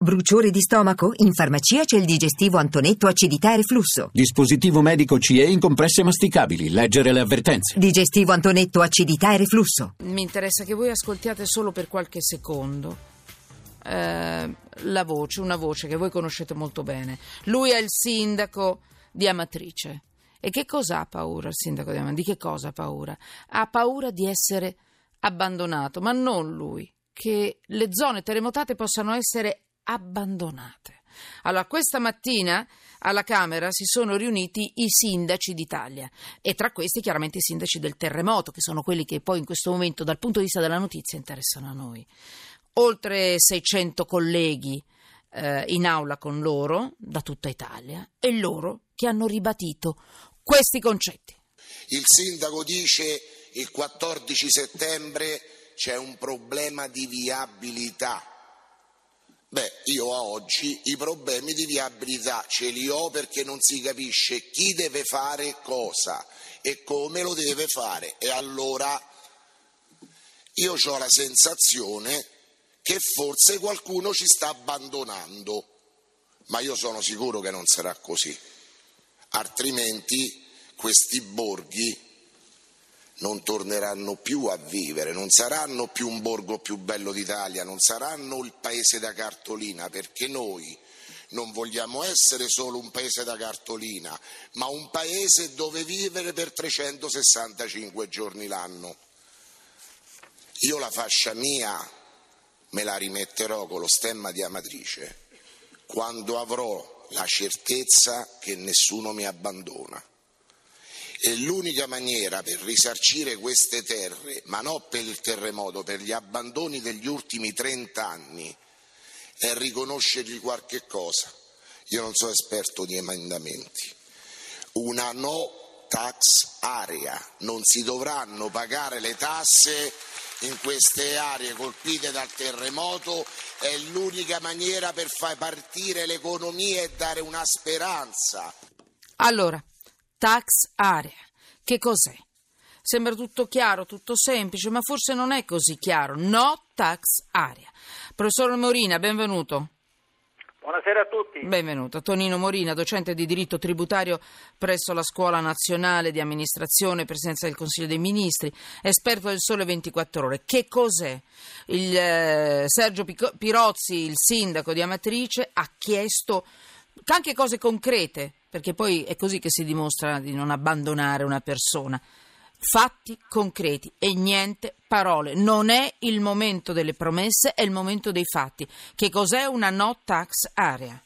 Bruciore di stomaco? In farmacia c'è il digestivo Antonetto acidità e reflusso. Dispositivo medico CE in compresse masticabili. Leggere le avvertenze. Digestivo Antonetto acidità e reflusso. Mi interessa che voi ascoltiate solo per qualche secondo la voce, una voce che voi conoscete molto bene. Lui è il sindaco di Amatrice. E che cosa ha paura il sindaco di Amatrice? Di che cosa ha paura? Ha paura di essere abbandonato, ma non lui, che le zone terremotate possano essere abbandonate. Allora, questa mattina alla Camera si sono riuniti i sindaci d'Italia e tra questi chiaramente i sindaci del terremoto, che sono quelli che poi in questo momento dal punto di vista della notizia interessano a noi. Oltre 600 colleghi in aula con loro da tutta Italia e loro che hanno ribadito questi concetti. Il sindaco dice il 14 settembre c'è un problema di viabilità. Io a oggi i problemi di viabilità ce li ho perché non si capisce chi deve fare cosa e come lo deve fare. E allora io ho la sensazione che forse qualcuno ci sta abbandonando, ma io sono sicuro che non sarà così. Altrimenti questi borghi non torneranno più a vivere, non saranno più un borgo più bello d'Italia, non saranno il paese da cartolina, perché noi non vogliamo essere solo un paese da cartolina, ma un paese dove vivere per 365 giorni l'anno. Io la fascia mia me la rimetterò con lo stemma di Amatrice quando avrò la certezza che nessuno mi abbandona. E l'unica maniera per risarcire queste terre, ma non per il terremoto, per gli abbandoni degli ultimi 30 anni, è riconoscergli qualche cosa. Io non sono esperto di emendamenti. Una no tax area. Non si dovranno pagare le tasse in queste aree colpite dal terremoto. È l'unica maniera per far partire l'economia e dare una speranza. Allora, tax area, che cos'è? Sembra tutto chiaro, tutto semplice, ma forse non è così chiaro. No tax area. Professor Morina, benvenuto. Buonasera a tutti. Benvenuto. Tonino Morina, docente di diritto tributario presso la Scuola Nazionale di Amministrazione, Presidenza del Consiglio dei Ministri, esperto del Sole 24 Ore. Che cos'è? Sergio Pirozzi, il sindaco di Amatrice, ha chiesto anche cose concrete, perché poi è così che si dimostra di non abbandonare una persona. Fatti concreti e niente parole. Non è il momento delle promesse, è il momento dei fatti. Che cos'è una no tax area?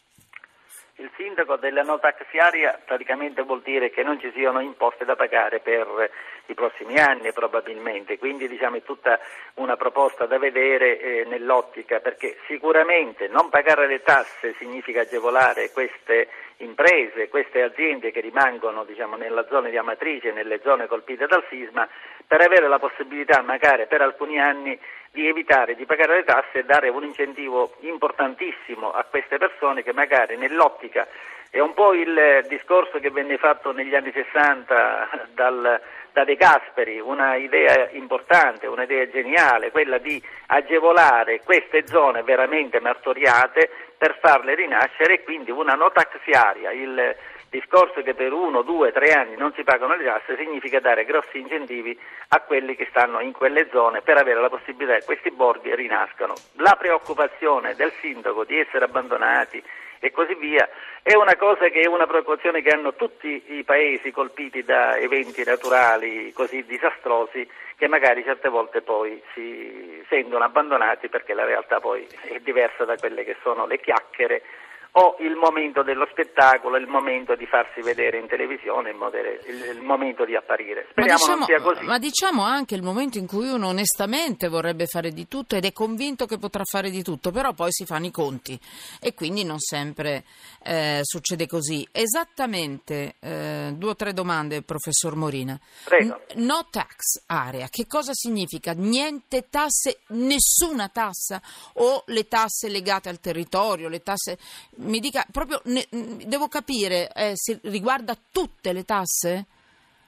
Il sindaco della no tax area praticamente vuol dire che non ci siano imposte da pagare per i prossimi anni probabilmente, quindi è tutta una proposta da vedere nell'ottica, perché sicuramente non pagare le tasse significa agevolare queste imprese, queste aziende che rimangono nella zona di Amatrice, nelle zone colpite dal sisma, per avere la possibilità magari per alcuni anni di evitare di pagare le tasse e dare un incentivo importantissimo a queste persone che magari nell'ottica è un po' il discorso che venne fatto negli anni 60 da De Gasperi, una idea importante, una idea geniale, quella di agevolare queste zone veramente martoriate per farle rinascere, e quindi una no tax area. Il discorso che per 1, 2, 3 anni non si pagano le tasse significa dare grossi incentivi a quelli che stanno in quelle zone per avere la possibilità che questi borghi rinascano. La preoccupazione del sindaco di essere abbandonati e così via è una cosa che è una preoccupazione che hanno tutti i paesi colpiti da eventi naturali così disastrosi, che magari certe volte poi si sentono abbandonati perché la realtà poi è diversa da quelle che sono le chiacchiere o il momento dello spettacolo, il momento di farsi vedere in televisione, il momento di apparire. Speriamo non sia così. Ma diciamo anche il momento in cui uno onestamente vorrebbe fare di tutto ed è convinto che potrà fare di tutto, però poi si fanno i conti e quindi non sempre succede così. Esattamente 2 o 3 domande, professor Morina. Prego. No tax area, che cosa significa? Niente tasse, nessuna tassa, o le tasse legate al territorio, le tasse... Mi dica, proprio devo capire, riguarda tutte le tasse?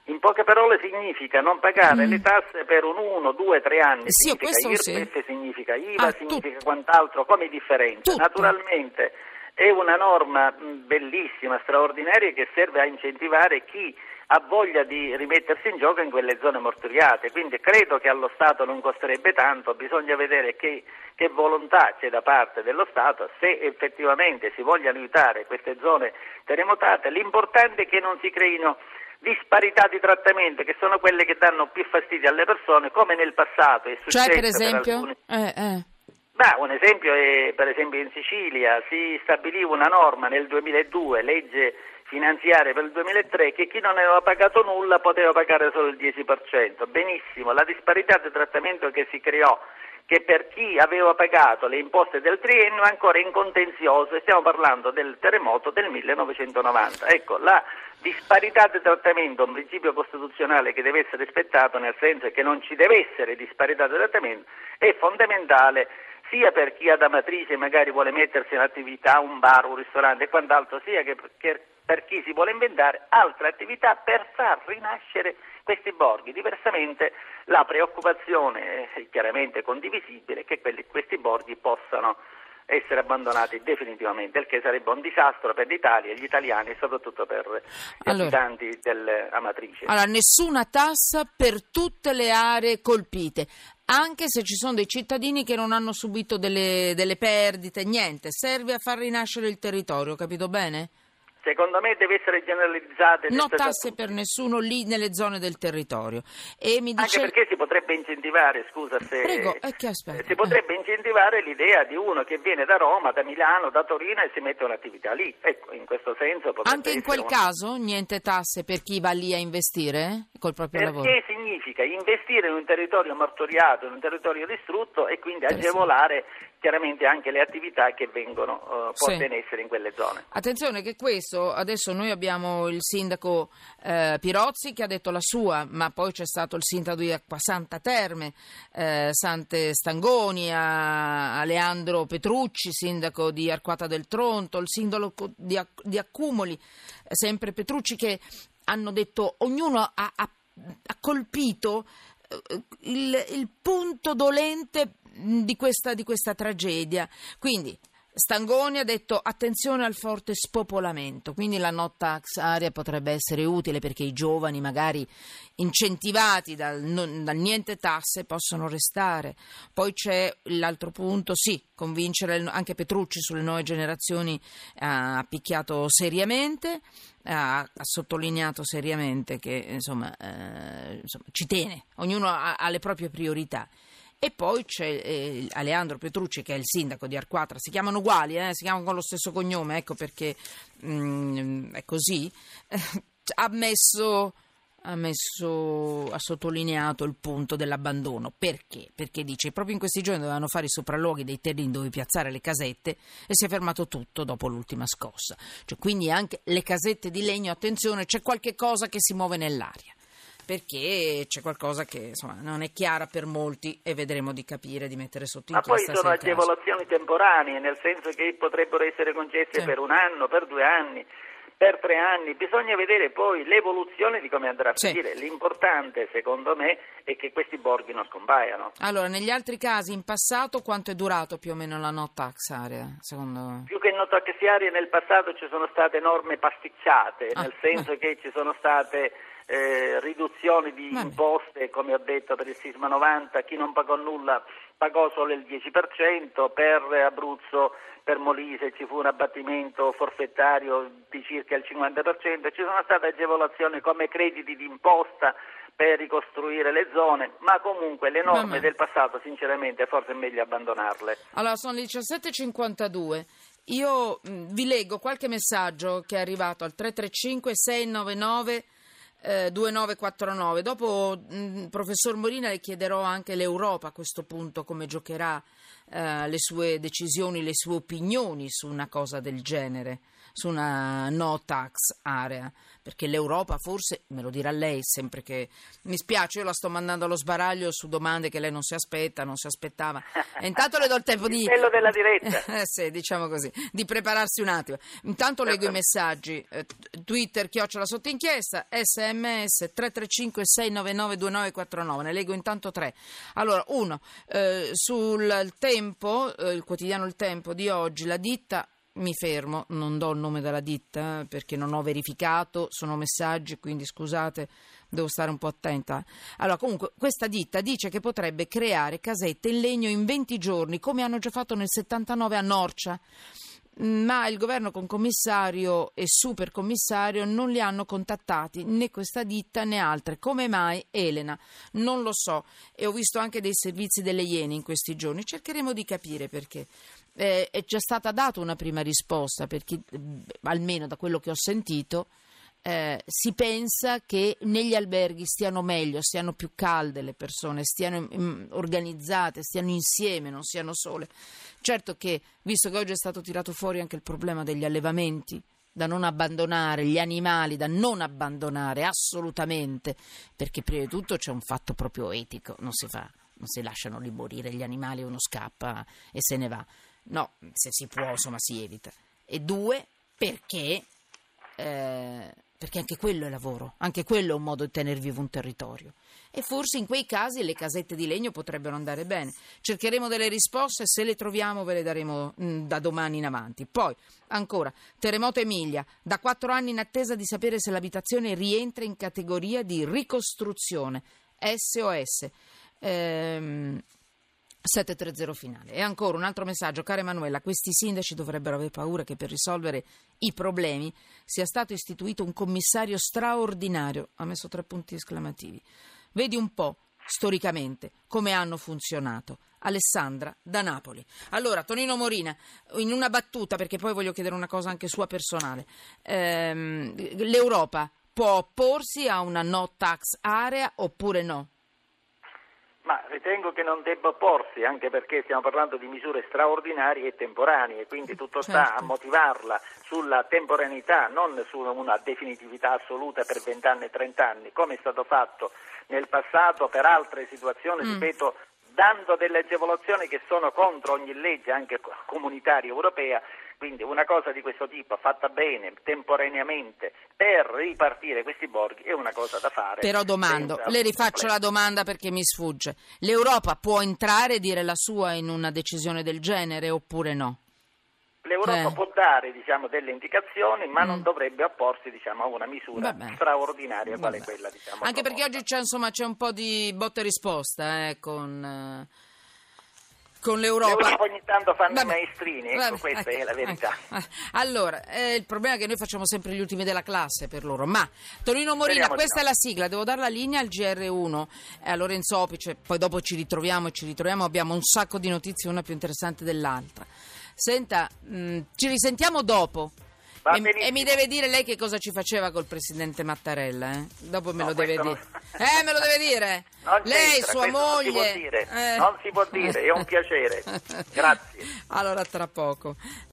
In poche parole significa non pagare le tasse per 1, 2, 3 anni, Sì, significa questo IRPEF, significa IVA, significa tutto. quant'altro come differenza. Tutto. Naturalmente è una norma bellissima, straordinaria, che serve a incentivare chi ha voglia di rimettersi in gioco in quelle zone mortoriate, quindi credo che allo Stato non costerebbe tanto, bisogna vedere che volontà c'è da parte dello Stato, se effettivamente si vogliono aiutare queste zone terremotate. L'importante è che non si creino disparità di trattamento, che sono quelle che danno più fastidio alle persone, come nel passato è successo. Cioè, per esempio? alcuni... un esempio è, per esempio, in Sicilia si stabiliva una norma nel 2002, legge finanziaria per il 2003, che chi non aveva pagato nulla poteva pagare solo il 10%. Benissimo, la disparità di trattamento che si creò, che per chi aveva pagato le imposte del triennio è ancora in contenzioso, e stiamo parlando del terremoto del 1990. Ecco, la disparità di trattamento è un principio costituzionale che deve essere rispettato, nel senso che non ci deve essere disparità di trattamento, è fondamentale sia per chi ad Amatrice magari vuole mettersi in attività, un bar, un ristorante e quant'altro, sia che per chi si vuole inventare altre attività per far rinascere questi borghi. Diversamente la preoccupazione è chiaramente condivisibile che questi borghi possano essere abbandonati definitivamente, il che sarebbe un disastro per l'Italia, gli italiani e soprattutto per gli abitanti dell'Amatrice. Allora, nessuna tassa per tutte le aree colpite, anche se ci sono dei cittadini che non hanno subito delle perdite, niente, serve a far rinascere il territorio, capito bene? Secondo me deve essere generalizzata. No tasse per nessuno lì nelle zone del territorio. E mi dice... Anche perché si potrebbe incentivare, scusa se... Prego, che aspetta? Si potrebbe incentivare l'idea di uno che viene da Roma, da Milano, da Torino e si mette un'attività lì. Ecco, in questo senso potrebbe anche in quel caso niente tasse per chi va lì a investire col proprio lavoro? Perché significa investire in un territorio martoriato, in un territorio distrutto, e quindi agevolare chiaramente anche le attività che vengono poste in essere in quelle zone. Attenzione che questo, adesso noi abbiamo il sindaco Pirozzi che ha detto la sua, ma poi c'è stato il sindaco di Acquasanta Terme, Sante Stangoni, a Leandro Petrucci, sindaco di Arquata del Tronto, il sindaco di Accumoli, sempre Petrucci, che hanno detto, ognuno ha colpito il punto dolente di questa tragedia. Quindi Stangoni ha detto attenzione al forte spopolamento, quindi la no tax area potrebbe essere utile perché i giovani magari incentivati dal niente tasse possono restare. Poi c'è l'altro punto, sì, convincere anche Petrucci sulle nuove generazioni, ha picchiato seriamente, ha sottolineato seriamente che insomma, ci tiene, ognuno ha le proprie priorità. E poi c'è Aleandro Petrucci, che è il sindaco di Arquatra, si chiamano uguali, si chiamano con lo stesso cognome, ecco perché è così, ha sottolineato il punto dell'abbandono. Perché? Perché dice, proprio in questi giorni dovevano fare i sopralluoghi dei terreni dove piazzare le casette e si è fermato tutto dopo l'ultima scossa. Cioè, quindi anche le casette di legno, attenzione, c'è qualche cosa che si muove nell'aria, perché c'è qualcosa che insomma non è chiara per molti e vedremo di capire, di mettere sotto inchiesta. Ma poi sono agevolazioni temporanee, nel senso che potrebbero essere concesse per 1 anno, per 2 anni, per 3 anni. Bisogna vedere poi l'evoluzione di come andrà a finire. L'importante, secondo me, è che questi borghi non scompaiano. Allora, negli altri casi, in passato, quanto è durato più o meno la no tax area, secondo... Più che no tax area, nel passato ci sono state norme pasticciate, nel senso che ci sono state riduzioni di imposte, come ho detto, per il sisma 90, chi non pagò nulla pagò solo il 10%, per Abruzzo, per Molise ci fu un abbattimento forfettario di circa il 50%, ci sono state agevolazioni come crediti di imposta per ricostruire le zone, ma comunque le norme del passato sinceramente forse è meglio abbandonarle. Allora, sono le 17.52. Io vi leggo qualche messaggio che è arrivato al 335 699 2949. Dopo, professor Morina, le chiederò anche l'Europa a questo punto come giocherà le sue decisioni, le sue opinioni su una cosa del genere, su una no tax area, perché l'Europa forse, me lo dirà lei sempre che mi spiace, io la sto mandando allo sbaraglio su domande che lei non si aspettava, e intanto le do il tempo di... quello della diretta. Sì, diciamo così, di prepararsi un attimo. Intanto leggo i messaggi, Twitter, @sottoinchiesta, SMS 335 699 2949, ne leggo intanto 3. Allora, uno, sul Tempo, il quotidiano Il Tempo di oggi, la ditta, mi fermo, non do il nome della ditta perché non ho verificato, sono messaggi, quindi scusate, devo stare un po' attenta. Allora, comunque, questa ditta dice che potrebbe creare casette in legno in 20 giorni, come hanno già fatto nel 79 a Norcia. Ma il governo con commissario e supercommissario non li hanno contattati, né questa ditta né altre. Come mai, Elena? Non lo so, e ho visto anche dei servizi delle Iene in questi giorni, cercheremo di capire perché. È già stata data una prima risposta, perché almeno da quello che ho sentito si pensa che negli alberghi stiano meglio, stiano più calde le persone, stiano organizzate, stiano insieme, non siano sole. Certo che, visto che oggi è stato tirato fuori anche il problema degli allevamenti, da non abbandonare, gli animali da non abbandonare assolutamente, perché prima di tutto c'è un fatto proprio etico, non si lasciano lì morire gli animali, uno scappa e se ne va. No, se si può, insomma, si evita. E due, perché anche quello è lavoro, anche quello è un modo di tenere vivo un territorio. E forse in quei casi le casette di legno potrebbero andare bene. Cercheremo delle risposte, se le troviamo ve le daremo da domani in avanti. Poi, ancora, terremoto Emilia, da 4 anni in attesa di sapere se l'abitazione rientra in categoria di ricostruzione. SOS. 730 finale. E ancora un altro messaggio, cara Emanuela, questi sindaci dovrebbero avere paura che per risolvere i problemi sia stato istituito un commissario straordinario. Ha messo 3 punti esclamativi. Vedi un po' storicamente come hanno funzionato. Alessandra da Napoli. Allora, Tonino Morina, in una battuta, perché poi voglio chiedere una cosa anche sua personale, l'Europa può opporsi a una no tax area oppure no? Ma ritengo che non debba opporsi, anche perché stiamo parlando di misure straordinarie e temporanee, quindi tutto sta a motivarla sulla temporaneità, non su una definitività assoluta per 20 anni e 30 anni, come è stato fatto nel passato per altre situazioni, ripeto, dando delle agevolazioni che sono contro ogni legge, anche comunitaria europea. Quindi una cosa di questo tipo, fatta bene, temporaneamente, per ripartire questi borghi, è una cosa da fare. Però domando, le rifaccio la domanda perché mi sfugge. L'Europa può entrare e dire la sua in una decisione del genere oppure no? L'Europa può dare, delle indicazioni, ma non dovrebbe opporsi, a una misura straordinaria quale quella, Anche proposta. perché oggi c'è un po' di botta e risposta, con l'Europa ogni tanto fanno i maestrini, questa è la verità. Allora, il problema è che noi facciamo sempre gli ultimi della classe per loro, ma Tonino Morina, questa è la sigla, devo dare la linea al GR1 a Lorenzo Opice, poi dopo ci ritroviamo, abbiamo un sacco di notizie, una più interessante dell'altra. Senta, ci risentiamo dopo. E mi deve dire lei che cosa ci faceva col presidente Mattarella, Dopo me lo deve dire. Me lo deve dire. Lei, sua moglie. Non si può dire, è un piacere. Grazie. Allora, tra poco.